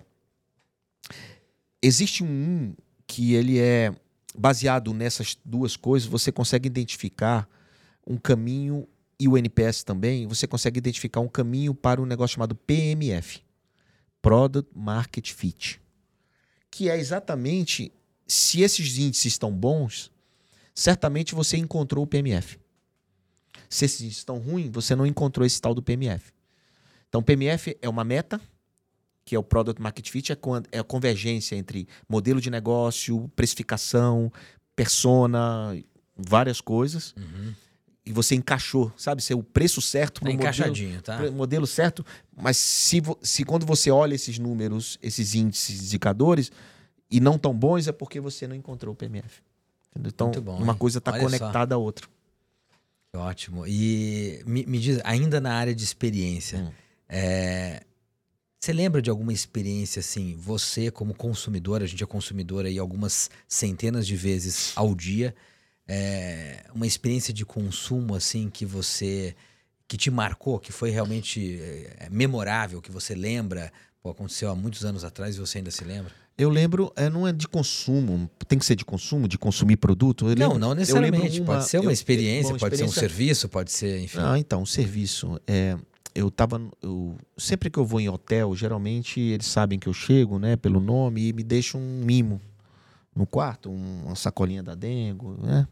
existe um que ele é baseado nessas duas coisas. Você consegue identificar um caminho... E o N P S também, você consegue identificar um caminho para um negócio chamado P M F, Product Market Fit, que é exatamente, se esses índices estão bons, certamente você encontrou o P M F. Se esses índices estão ruins, você não encontrou esse tal do P M F. Então, P M F é uma meta, que é o Product Market Fit, é a convergência entre modelo de negócio, precificação, persona, várias coisas. Uhum. E você encaixou, sabe? Ser o preço certo para o modelo, tá? modelo certo. Mas se, se quando você olha esses números, esses índices, indicadores, e não tão bons, é porque você não encontrou o P M F. Entendeu? Então, bom, uma hein? coisa está conectada à outra. Ótimo. E me, me diz, ainda na área de experiência, hum. é, você lembra de alguma experiência assim, você como consumidor, a gente é consumidor aí algumas centenas de vezes ao dia, É, uma experiência de consumo assim que você que te marcou, que foi realmente é, memorável, que você lembra, pô, aconteceu há muitos anos atrás e você ainda se lembra? Eu lembro, é, não é de consumo, tem que ser de consumo, de consumir produto? Eu não, lembro, não necessariamente, uma, pode ser uma eu, experiência, bom, pode experiência... ser um serviço, pode ser, enfim. Ah, então, um serviço. É, eu tava, eu, sempre que eu vou em hotel, geralmente eles sabem que eu chego, né, pelo nome, e me deixam um mimo no quarto, uma sacolinha da Dengo, né?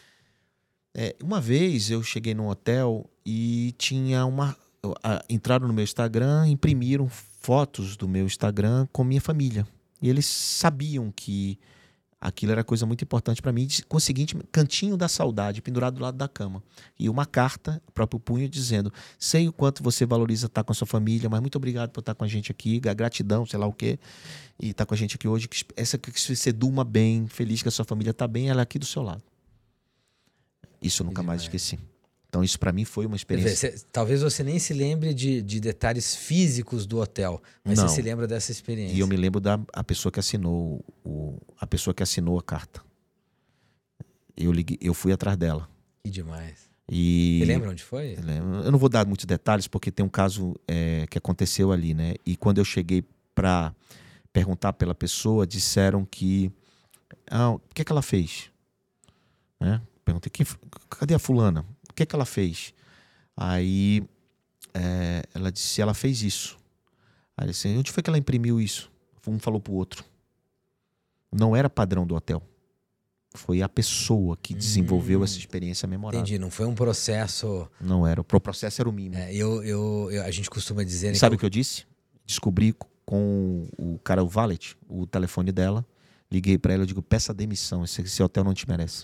É, uma vez eu cheguei num hotel e tinha uma... A, entraram no meu Instagram, imprimiram fotos do meu Instagram com minha família. E eles sabiam que aquilo era coisa muito importante para mim, com o seguinte, cantinho da saudade, pendurado do lado da cama. E uma carta, próprio punho, dizendo: sei o quanto você valoriza estar com a sua família, mas muito obrigado por estar com a gente aqui, gratidão, sei lá o quê, e estar com a gente aqui hoje. Essa que você durma bem, feliz que a sua família está bem, ela é aqui do seu lado. Isso eu nunca mais esqueci. Então isso para mim foi uma experiência. Você, talvez você nem se lembre de, de detalhes físicos do hotel, mas Não. você se lembra dessa experiência. E eu me lembro da a pessoa que assinou o, a pessoa que assinou a carta. Eu liguei, eu fui atrás dela. Que demais. E você lembra onde foi? Eu não vou dar muitos detalhes porque tem um caso é, que aconteceu ali, né? E quando eu cheguei para perguntar pela pessoa, disseram que... Ah, o que é que ela fez? Né? Perguntei, quem, cadê a fulana? O que é que ela fez? Aí é, ela disse, ela fez isso. Aí eu disse, onde foi que ela imprimiu isso? Um falou pro outro. Não era padrão do hotel. Foi a pessoa que desenvolveu hum, essa experiência memorável. Entendi, não foi um processo... Não era, o processo era o mínimo. É, eu, eu, eu, a gente costuma dizer... Né, sabe o que eu... que eu disse? Descobri com o cara, o valet, o telefone dela, liguei para ela, eu digo, peça demissão, esse, esse hotel não te merece.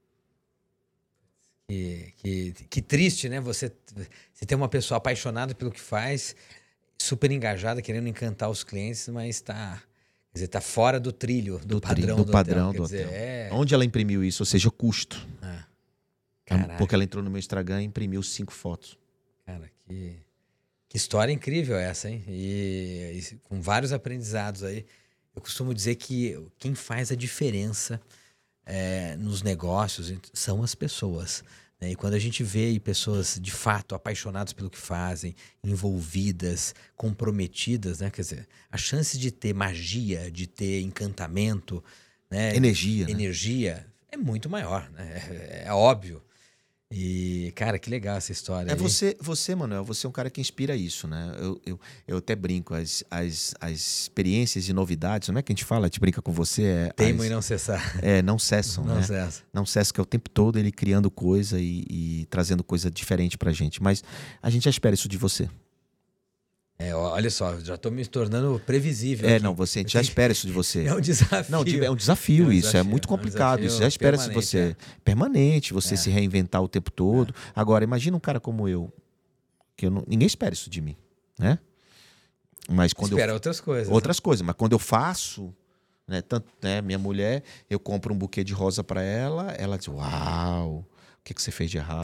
Que, que, que triste, né? Você, você tem uma pessoa apaixonada pelo que faz, super engajada, querendo encantar os clientes, mas está... Quer dizer, está fora do trilho, do, do padrão do, do padrão hotel. do Quer hotel. Dizer, é... Onde ela imprimiu isso? Ou seja, o custo. Ah, porque ela entrou no meu Instagram e imprimiu cinco fotos. Cara, que, que história incrível essa, hein? E, e com vários aprendizados aí. Eu costumo dizer que quem faz a diferença é, nos negócios são as pessoas. Né? E quando a gente vê aí pessoas de fato apaixonadas pelo que fazem, envolvidas, comprometidas, né? Quer dizer, a chance de ter magia, de ter encantamento, né? Energia. Energia né? é muito maior, né? É, é óbvio. E, cara, que legal essa história. É aí. você, você, Manuel, você é um cara que inspira isso, né? Eu, eu, eu até brinco, as, as, as experiências e novidades, não é que a gente fala, a gente brinca com você. É, Teimo as, e não cessar. É, não cessam, não né? Cessa. Não cessam, que é o tempo todo ele criando coisa e, e trazendo coisa diferente pra gente. Mas a gente já espera isso de você. É, olha só, já estou me tornando previsível. É, aqui. não, você, a gente já espera isso de você. É um desafio. Não, é um desafio, é um isso, desafio, é muito complicado. É um isso já espera isso de você. É. Permanente, você é. se reinventar o tempo todo. É. Agora, imagina um cara como eu, que eu não, ninguém espera isso de mim, né? Mas quando espera eu, outras coisas. Outras né? coisas, mas quando eu faço, né, tanto, né, minha mulher, eu compro um buquê de rosa para ela, ela diz, uau, o que, que você fez de errado?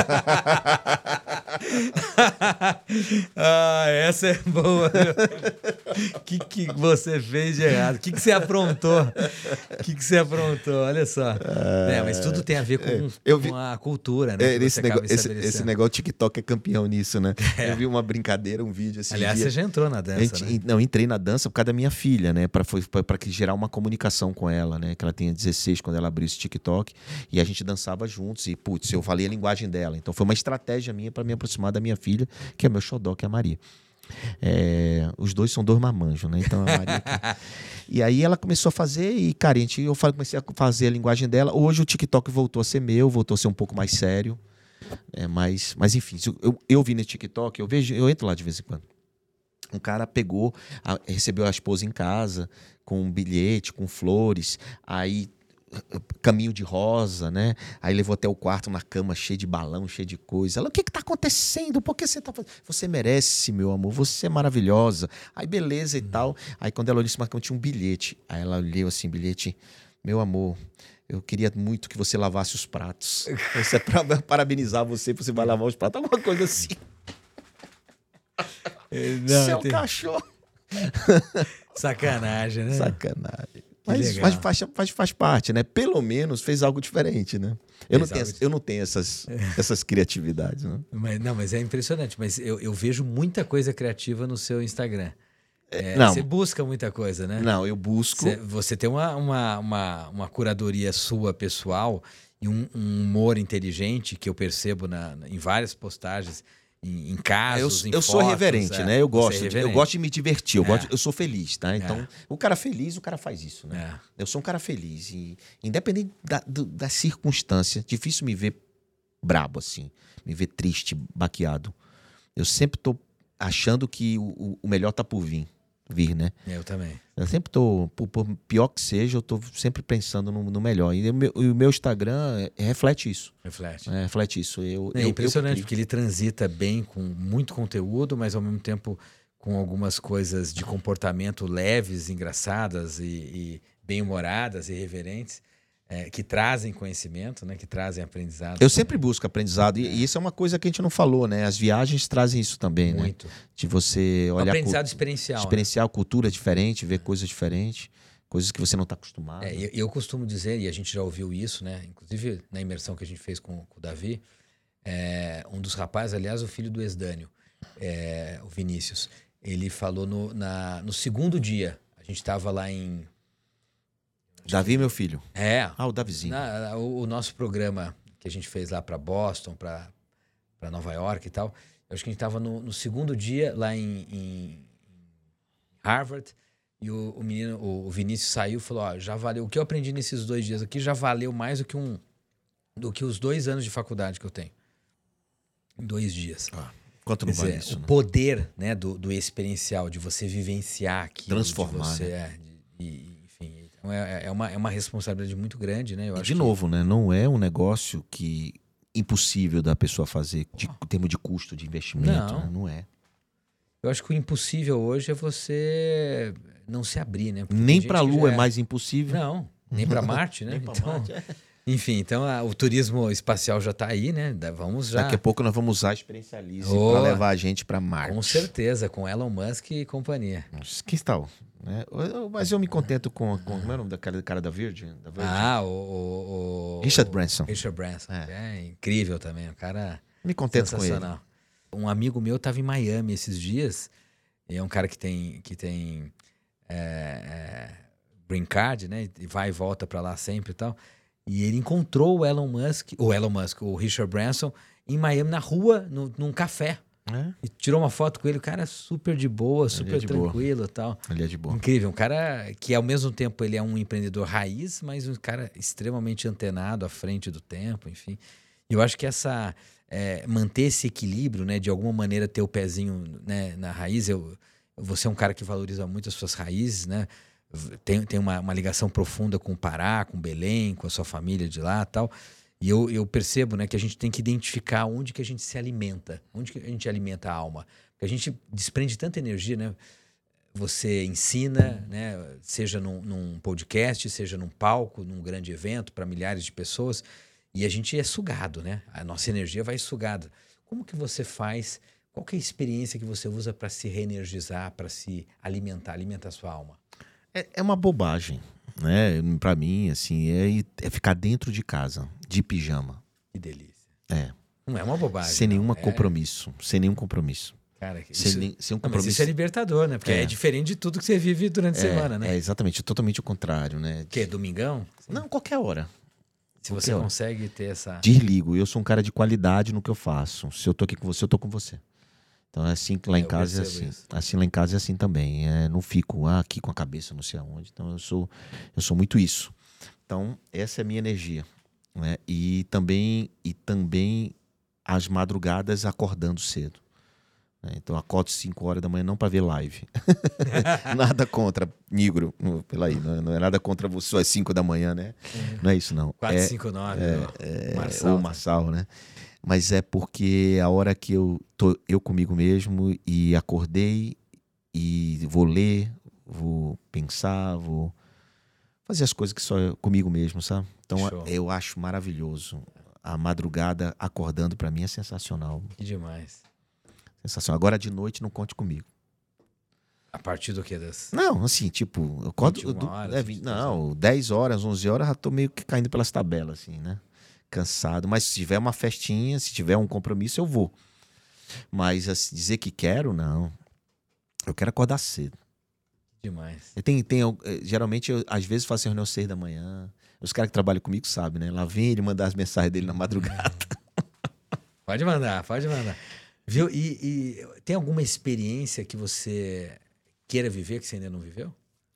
Ah, essa é boa. O que, que você fez de errado? O que, que você aprontou? O que, que você aprontou? Olha só. Ah, é, mas tudo tem a ver com, é, eu vi, com a cultura, né? É, esse, negócio, esse, esse negócio TikTok é campeão nisso, né? É. Eu vi uma brincadeira, um vídeo assim. Aliás, dia, você já entrou na dança, gente, né? Não, entrei na dança por causa da minha filha, né? Para gerar uma comunicação com ela, né? Que ela tinha dezesseis quando ela abriu esse TikTok. E a gente dançava juntos. E, putz, eu falei a linguagem dela. Então foi uma estratégia minha para me aproximar da minha filha, que é meu xodó, que é a Maria. É, os dois são dois marmanjos, né? Então a Maria. E aí ela começou a fazer, e, cara, gente, eu comecei a fazer a linguagem dela. Hoje o TikTok voltou a ser meu, voltou a ser um pouco mais sério. É, mas, mas enfim, eu, eu vi no TikTok, eu vejo, eu entro lá de vez em quando. Um cara pegou, a, recebeu a esposa em casa com um bilhete, com flores, aí caminho de rosa, né? Aí levou até o quarto na cama cheio de balão, cheio de coisa. Ela, o que que tá acontecendo? Por que você tá fazendo? Você merece, meu amor, você é maravilhosa. Aí beleza e hum. tal. Aí quando ela olhou assim, marcou, tinha um bilhete. Aí ela leu assim, bilhete, meu amor, eu queria muito que você lavasse os pratos. Isso é pra parabenizar você, você vai lavar os pratos. Alguma coisa assim. Não, Seu tem... cachorro. Sacanagem, né? Sacanagem. Mas faz, faz, faz, faz parte, né? Pelo menos fez algo diferente, né? Eu, não tenho, de... eu não tenho essas, essas criatividades, né? Mas, não, mas é impressionante. Mas eu, eu vejo muita coisa criativa no seu Instagram. É, não, você busca muita coisa, né? Não, eu busco... Você, você tem uma, uma, uma, uma curadoria sua, pessoal, e um, um humor inteligente que eu percebo na, em várias postagens, em, em casos, eu, em eu fotos, sou reverente, é, né? Eu gosto, é de, eu gosto de me divertir, eu, é. gosto, eu sou feliz, tá? Então, é. o cara feliz, o cara faz isso, né? É. Eu sou um cara feliz e independente da, do, da circunstância, difícil me ver brabo assim, me ver triste, baqueado. Eu sempre tô achando que o, o melhor tá por vir. vir, né? Eu também. Eu sempre tô, por, por pior que seja, eu tô sempre pensando no, no melhor. E o meu, o meu Instagram reflete isso. Reflete. É, reflete isso. Eu, é eu, impressionante, eu porque ele transita bem com muito conteúdo, mas ao mesmo tempo com algumas coisas de comportamento leves, engraçadas e, e bem-humoradas e reverentes. É, que trazem conhecimento, né? Que trazem aprendizado. Eu sempre busco aprendizado. E, é. e isso é uma coisa que a gente não falou, né? As viagens trazem isso também, Muito. né? De você olhar... Aprendizado cu... experiencial. Experiencial, né? Cultura diferente, ver coisas diferentes, coisas que você não está acostumado. É, eu, eu costumo dizer, e a gente já ouviu isso, né? Inclusive na imersão que a gente fez com, com o Davi, é, um dos rapazes, aliás, o filho do Esdânio, é, o Vinícius, ele falou no, na, no segundo dia. A gente estava lá em... Davi, meu filho. É. Ah, o Davizinho. Na, o, o nosso programa que a gente fez lá para Boston, para Nova York e tal. Eu acho que a gente estava no, no segundo dia lá em, em Harvard. E o, o menino, o, o Vinícius saiu e falou, ó, já valeu. O que eu aprendi nesses dois dias aqui já valeu mais do que, um, do que os dois anos de faculdade que eu tenho. Em dois dias. Ah, quanto Quer não vale dizer, isso, o né? poder, né, do, do experiencial, de você vivenciar aquilo. Transformar, de você, né? é, de, de, enfim, então é, é, uma, é uma responsabilidade muito grande, né? Eu E acho de que- novo, né? Não é um negócio que impossível da pessoa fazer, de em termos de custo de investimento. Não. Né? Não é. Eu acho que o impossível hoje é você não se abrir, né? Porque tem Nem gente para a que já Lua é mais impossível. Não, nem para Marte, né? Nem pra Então, Marte, é. enfim, então a- o turismo espacial já está aí, né? Da- Vamos já. Daqui a pouco nós vamos usar a Experiencialize Oh, para levar a gente para Marte. Com certeza, com Elon Musk e companhia. Que tal? Né? Eu- eu- Mas eu me contento com, com como é o nome daquele cara da Virgin? Da Virgin? Ah, o, o, o- Richard Branson. Richard Branson. É. É. incrível também, o cara Me contento com ele. sensacional. Um amigo meu estava em Miami esses dias, e é um cara que tem, que tem é, é, green card, né? E vai e volta para lá sempre e tal. E ele encontrou o Elon Musk, o Elon Musk, o Richard Branson, em Miami, na rua, no, num café. É? E tirou uma foto com ele, o cara super de boa, super de boa. tranquilo e tal. Ele é de boa. Incrível, um cara que ao mesmo tempo ele é um empreendedor raiz, mas um cara extremamente antenado à frente do tempo, enfim. E eu acho que essa é, manter esse equilíbrio, né, de alguma maneira ter o pezinho, né, na raiz. Eu, você é um cara que valoriza muito as suas raízes, né? Tem, tem uma, uma ligação profunda com o Pará, com Belém, com a sua família de lá e tal. E eu, eu percebo, né, que a gente tem que identificar onde que a gente se alimenta, onde que a gente alimenta a alma. Porque a gente desprende tanta energia, né? Você ensina, né, seja num, num podcast, seja num palco, num grande evento para milhares de pessoas, e a gente é sugado, né? A nossa energia vai sugada. Como que você faz? Qual que é a experiência que você usa para se reenergizar, para se alimentar, alimentar a sua alma? É, é uma bobagem, né? Para mim, assim, é, ir- é ficar dentro de casa, de pijama. Que delícia. É. Não é uma bobagem. Sem nenhum não. É, compromisso. Sem nenhum compromisso. cara, Sem, isso, nem- sem um não, mas compromisso. isso é libertador, né? Porque é. É. diferente de tudo que você vive durante a semana, né? É exatamente, totalmente o contrário, né? O quê? Domingão? Não, qualquer hora. Se você qualquer hora. consegue ter essa... Desligo. Eu sou um cara de qualidade no que eu faço. Se eu tô aqui com você, eu tô com você. Então é assim que lá É, em eu casa é percebo assim. isso. Assim lá em casa é assim também. É, não fico ah, aqui com a cabeça não sei aonde. Então eu sou, eu sou muito isso. Então essa é a minha energia, né? E também e também as madrugadas acordando cedo. né? Então eu acordo cinco horas da manhã não para ver live. Nada contra Nigro, não, pela aí, não é, não é nada contra você às cinco da manhã, né? Não é isso não. quatro é, cinco nove, é, Marçal. ou Marçal, né? Mas é porque a hora que eu tô eu comigo mesmo e acordei e vou ler, vou pensar, vou fazer as coisas que só eu, comigo mesmo, sabe? Então Show. eu acho maravilhoso. A madrugada acordando para mim é sensacional. Que demais. Sensacional. Agora de noite não conte comigo. A partir do que das... Não, assim, tipo, eu acordo. vinte e uma do- horas, é, vinte e vinte- duas não, dez horas, onze horas, já tô meio que caindo pelas tabelas, assim, né? Cansado. Mas se tiver uma festinha, se tiver um compromisso, eu vou. Mas assim, dizer que quero, não. Eu quero acordar cedo. Demais. E tem, tem, eh, geralmente, eu, às vezes, faço reunião seis da manhã. Os caras que trabalham comigo sabem, né? Lá vem ele mandar as mensagens dele na madrugada. Pode mandar, pode mandar. Viu? E, e tem alguma experiência que você queira viver que você ainda não viveu?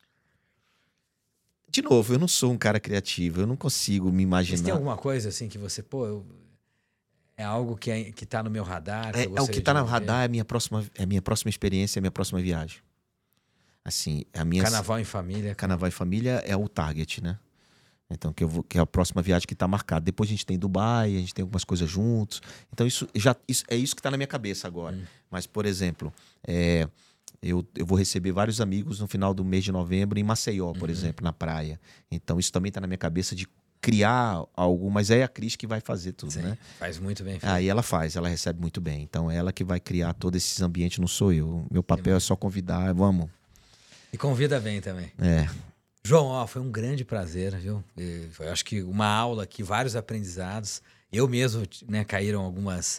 De novo, eu não sou um cara criativo. Eu não consigo me Mas tem imaginar. alguma coisa assim que você, pô, eu- é algo que, é, que tá no meu radar? que É, eu é o gostaria que tá de no viver? radar, é a minha próxima, é a minha próxima experiência, é a minha próxima viagem. Assim, a minha Carnaval em família. Carnaval e Família é o target, né? Então, que, eu vou, que é a próxima viagem que está marcada. Depois a gente tem Dubai, a gente tem algumas coisas juntos. Então, isso, já, isso, é isso que está na minha cabeça agora. Hum. Mas, por exemplo, é, eu, eu vou receber vários amigos no final do mês de novembro em Maceió, por Uhum. exemplo, na praia. Então, isso também está na minha cabeça de criar algo, mas é a Cris que vai fazer tudo, Sim, né? faz muito bem feito. Aí ela faz, ela recebe muito bem. Então, ela que vai criar todos esses ambientes, não sou eu. Meu papel é só convidar, vamos. E convida bem também. É. João, ó, foi um grande prazer, viu? E foi, acho que uma aula aqui, vários aprendizados. Eu mesmo, né, caíram algumas,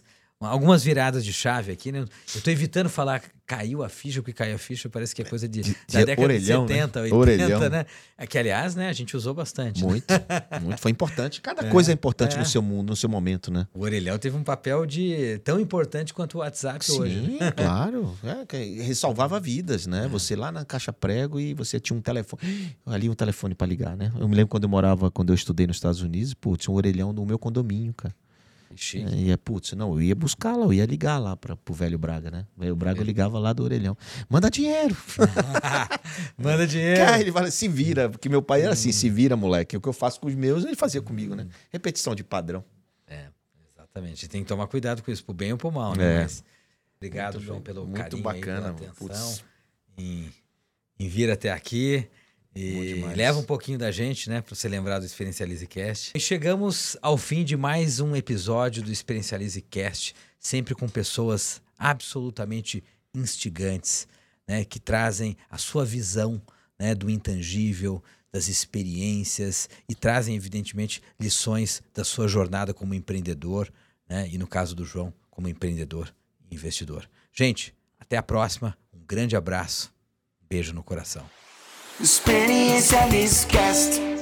algumas viradas de chave aqui, né? Eu tô evitando falar caiu a ficha, porque caiu a ficha parece que é coisa de, de, da de década orelhão, de setenta, né? oitenta, Orelhão. né? É que, aliás, né, a gente usou bastante. Muito, né? muito. Foi importante. Cada É, coisa é importante é. no seu mundo, no seu momento, né? O orelhão teve um papel de tão importante quanto o WhatsApp Sim, hoje. Né? claro. É, que salvava vidas, né? É. Você lá na caixa prego e você tinha um telefone. Ali um telefone para ligar, né? Eu me lembro quando eu morava, quando eu estudei nos Estados Unidos, putz, um orelhão no meu condomínio, cara. Chique. É, e é, putz, não, eu ia buscar lá, eu ia ligar lá para pro velho Braga, né? O velho Braga eu ligava lá do orelhão. Manda dinheiro. Manda dinheiro. Cara, ele fala, se vira, porque meu pai era assim, se vira, moleque. O que eu faço com os meus, ele fazia comigo, né? Repetição de padrão. É, exatamente. Tem que tomar cuidado com isso, pro bem ou pro mal, né? É. Mas, obrigado, Muito João, bem. pelo Muito carinho bacana, aí, pela atenção, putz. em, em vir até aqui. E leva um pouquinho da gente, né, para você lembrar do Experiencialize Cast. E chegamos ao fim de mais um episódio do Experiencialize Cast, sempre com pessoas absolutamente instigantes, né, que trazem a sua visão, né, do intangível, das experiências e trazem, evidentemente, lições da sua jornada como empreendedor, né, e no caso do João, como empreendedor e investidor. Gente, até a próxima. Um grande abraço. Um beijo no coração. Experiencialize Cast.